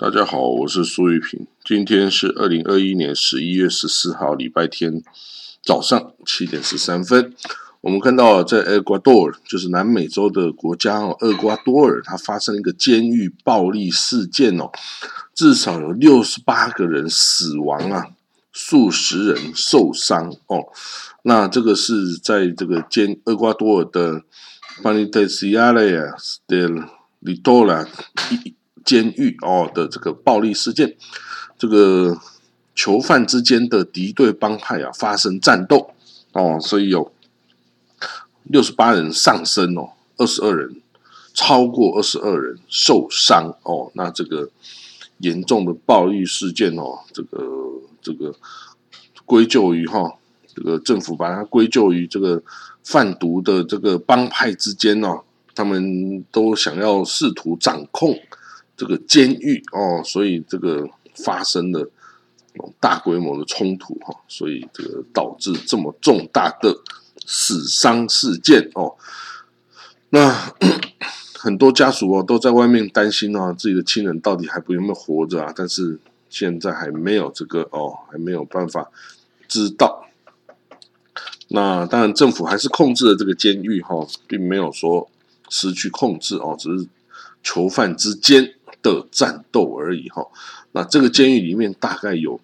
大家好，我是苏玉平。今天是2021年11月14号，礼拜天早上7点13分。我们看到在厄瓜多尔，就是南美洲的国家厄瓜多尔，它发生了一个监狱暴力事件至少有68个人死亡啊，数十人受伤那这个是在这个厄瓜多尔的 Penitenciaria del Litoral 监狱的这个暴力事件，这个囚犯之间的敌对帮派发生战斗所以有68人上身22人超过22人受伤那这个严重的暴力事件这个归咎于这个政府把它归咎于这个贩毒的这个帮派之间他们都想要试图掌控这个监狱所以这个发生了大规模的冲突所以这个导致这么重大的死伤事件那很多家属都在外面担心自己的亲人到底有没有活着但是现在还没有这个还没有办法知道。那当然政府还是控制了这个监狱并没有说失去控制只是囚犯之间的战斗而已那这个监狱里面大概有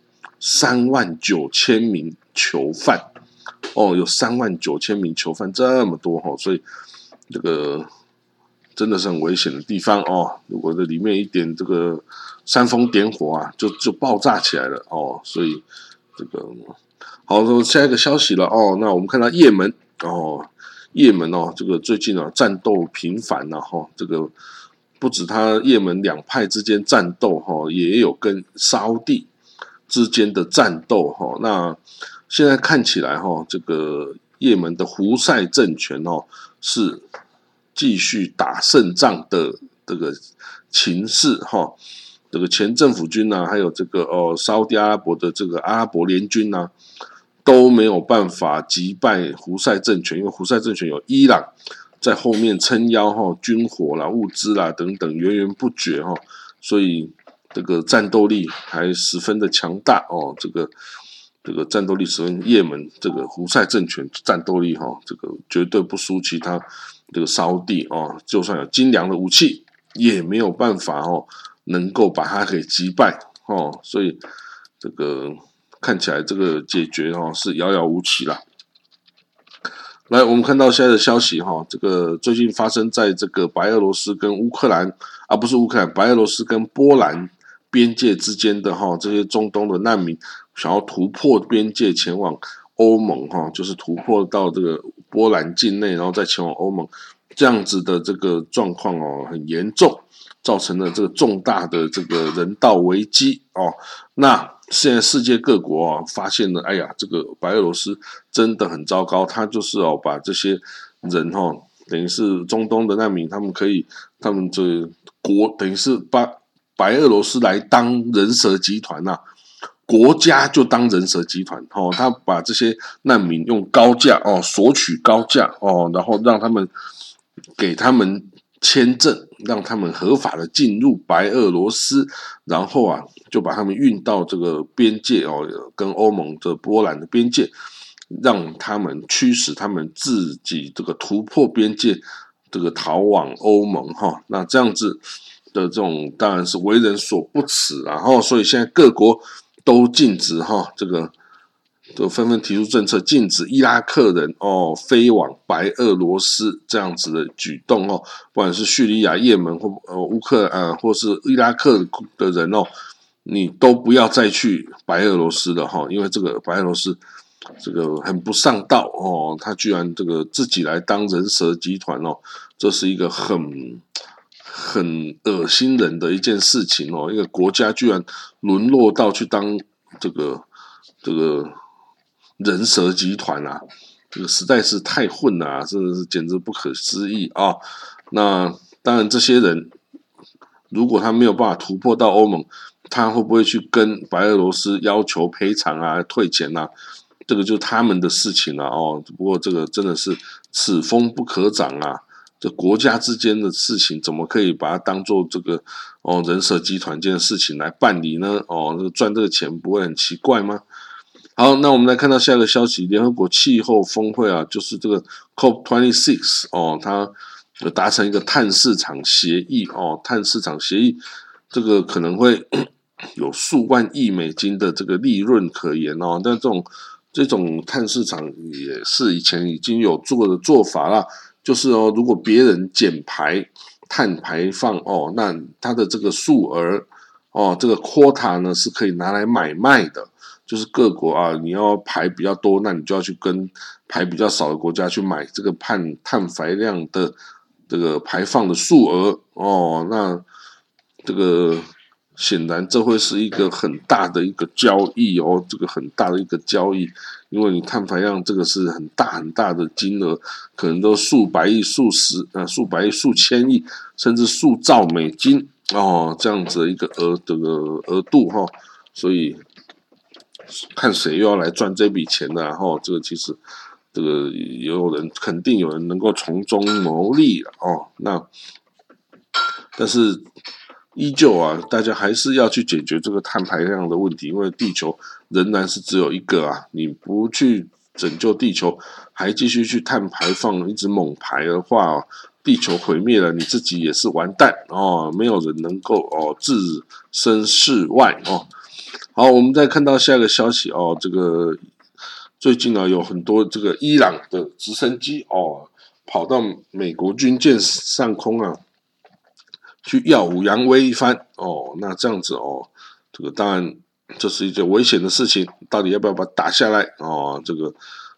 39000名囚犯有39000名囚犯这么多所以这个真的是很危险的地方如果这里面一点这个煽风点火就爆炸起来了所以这个好，下一个消息了那我们看到也门这个最近战斗频繁这个不止他也门两派之间战斗也有跟沙烏地之间的战斗那现在看起来这个也门的胡塞政权是继续打胜仗的这个情势这个前政府军还有这个沙烏地阿拉伯的这个阿拉伯联军都没有办法击败胡塞政权，因为胡塞政权有伊朗在后面撑腰军火啦、物资啦等等源源不绝所以这个战斗力还十分的强大这个战斗力十分，也门这个胡塞政权战斗力这个绝对不输其他这个沙烏地就算有精良的武器也没有办法能够把它给击败所以这个看起来这个解决是遥遥无期啦。来，我们看到现在的消息这个最近发生在这个白俄罗斯跟乌克兰不是乌克兰，白俄罗斯跟波兰边界之间的这些中东的难民想要突破边界前往欧盟就是突破到这个波兰境内，然后再前往欧盟，这样子的这个状况很严重，造成了这个重大的这个人道危机那现在世界各国发现了，哎呀，这个白俄罗斯真的很糟糕，他就是把这些人等于是中东的难民，他们这国等于是把白俄罗斯来当人蛇集团国家就当人蛇集团他把这些难民用高价索取高价然后让他们给他们签证，让他们合法的进入白俄罗斯，然后就把他们运到这个边界跟欧盟的波兰的边界，让他们驱使他们自己这个突破边界，这个逃往欧盟那这样子的这种当然是为人所不齿所以现在各国都禁止这个都纷纷提出政策，禁止伊拉克人飞往白俄罗斯这样子的举动不管是叙利亚、也门或乌克兰或是伊拉克的人你都不要再去白俄罗斯了因为这个白俄罗斯这个很不上道他居然这个自己来当人蛇集团这是一个很恶心人的一件事情一个国家居然沦落到去当这个人蛇集团这个实在是太混了真的是简直不可思议那当然这些人如果他没有办法突破到欧盟，他会不会去跟白俄罗斯要求赔偿退钱这个就是他们的事情不过这个真的是此风不可长这国家之间的事情怎么可以把它当做这个人蛇集团间的事情来办理呢？赚这个钱不会很奇怪吗？好，那我们来看到下一个消息，联合国气候峰会啊，就是这个 COP26 它有达成一个碳市场协议碳市场协议这个可能会有数万亿美金的这个利润可言但这种碳市场也是以前已经有做的做法啦，就是如果别人减排碳排放那它的这个数额这个 quota 呢是可以拿来买卖的。就是各国啊，你要排比较多，那你就要去跟排比较少的国家去买这个碳排量的这个排放的数额那这个显然这会是一个很大的一个交易这个很大的一个交易，因为你碳排量这个是很大很大的金额，可能都数百亿、数百亿、数千亿，甚至数兆美金这样子的一个额度所以。看谁又要来赚这笔钱的，然后这个其实这个肯定有人能够从中牟利那但是依旧大家还是要去解决这个碳排量的问题，因为地球仍然是只有一个你不去拯救地球，还继续去碳排放，一直猛排的话地球毁灭了，你自己也是完蛋没有人能够置身事外好，我们再看到下一个消息这个最近有很多这个伊朗的直升机跑到美国军舰上空去耀武扬威一番那这样子这个当然这是一件危险的事情，到底要不要把它打下来这个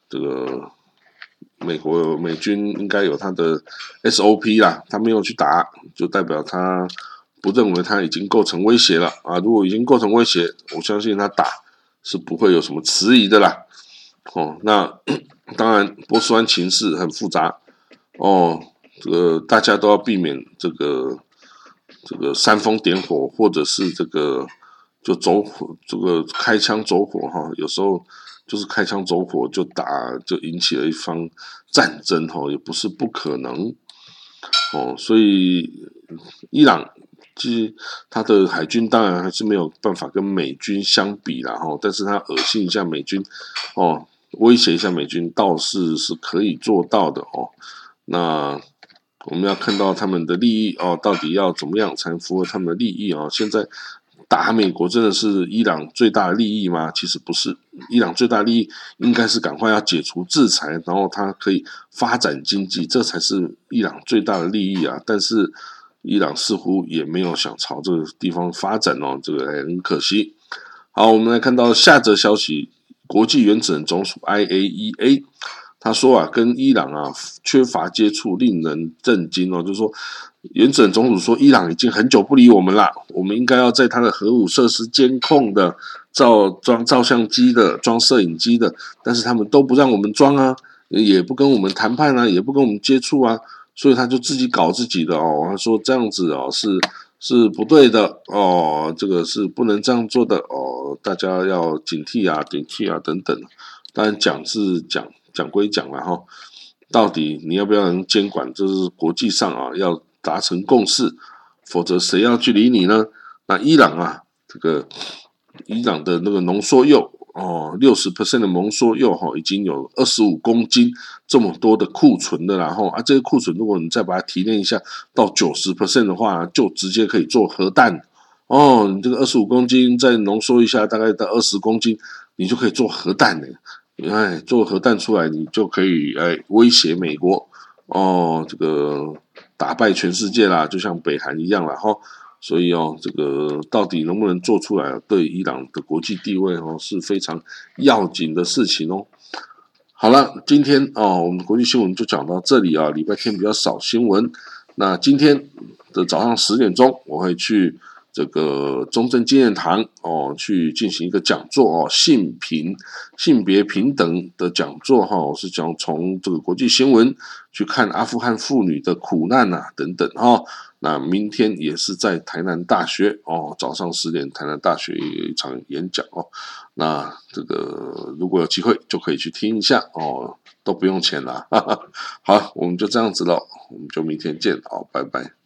美军应该有他的 SOP 啦，他没有去打，就代表他不认为他已经构成威胁了如果已经构成威胁，我相信他打是不会有什么迟疑的啦那当然波斯湾情势很复杂这个大家都要避免这个煽风点火，或者是这个就走火，这个开枪走火有时候就是开枪走火就引起了一方战争也不是不可能所以伊朗其实他的海军当然还是没有办法跟美军相比啦但是他恶心一下美军威胁一下美军倒是可以做到的那我们要看到他们的利益到底要怎么样才符合他们的利益现在打美国真的是伊朗最大的利益吗？其实不是，伊朗最大的利益应该是赶快要解除制裁，然后它可以发展经济，这才是伊朗最大的利益但是伊朗似乎也没有想朝这个地方发展这个很可惜。好，我们来看到下则消息，国际原子能总署 IAEA 他说跟伊朗缺乏接触令人震惊就是说原子能总署说伊朗已经很久不理我们啦，我们应该要在他的核武设施监控的装照相机的装摄影机的，但是他们都不让我们装也不跟我们谈判也不跟我们接触所以他就自己搞自己的他说这样子是不对的这个是不能这样做的大家要警惕警惕等等。当然讲归讲啦到底你要不要能监管，这是国际上要达成共识，否则谁要去理你呢？那伊朗这个伊朗的那个浓缩铀60% 的浓缩铀已经有25公斤这么多的库存的啦这个库存如果你再把它提炼一下到 90% 的话，就直接可以做核弹你这个25公斤再浓缩一下，大概到20公斤，你就可以做核弹做核弹出来，你就可以威胁美国这个打败全世界啦，就像北韩一样啦所以这个到底能不能做出来，对伊朗的国际地位是非常要紧的事情好了，今天我们国际新闻就讲到这里礼拜天比较少新闻。那今天的早上10点钟，我会去这个中正纪念堂去进行一个讲座性别平等的讲座我是讲从这个国际新闻去看阿富汗妇女的苦难等等那明天也是在台南大学早上10点台南大学有一场演讲那这个如果有机会就可以去听一下都不用钱啦好，我们就这样子咯，我们就明天见拜拜。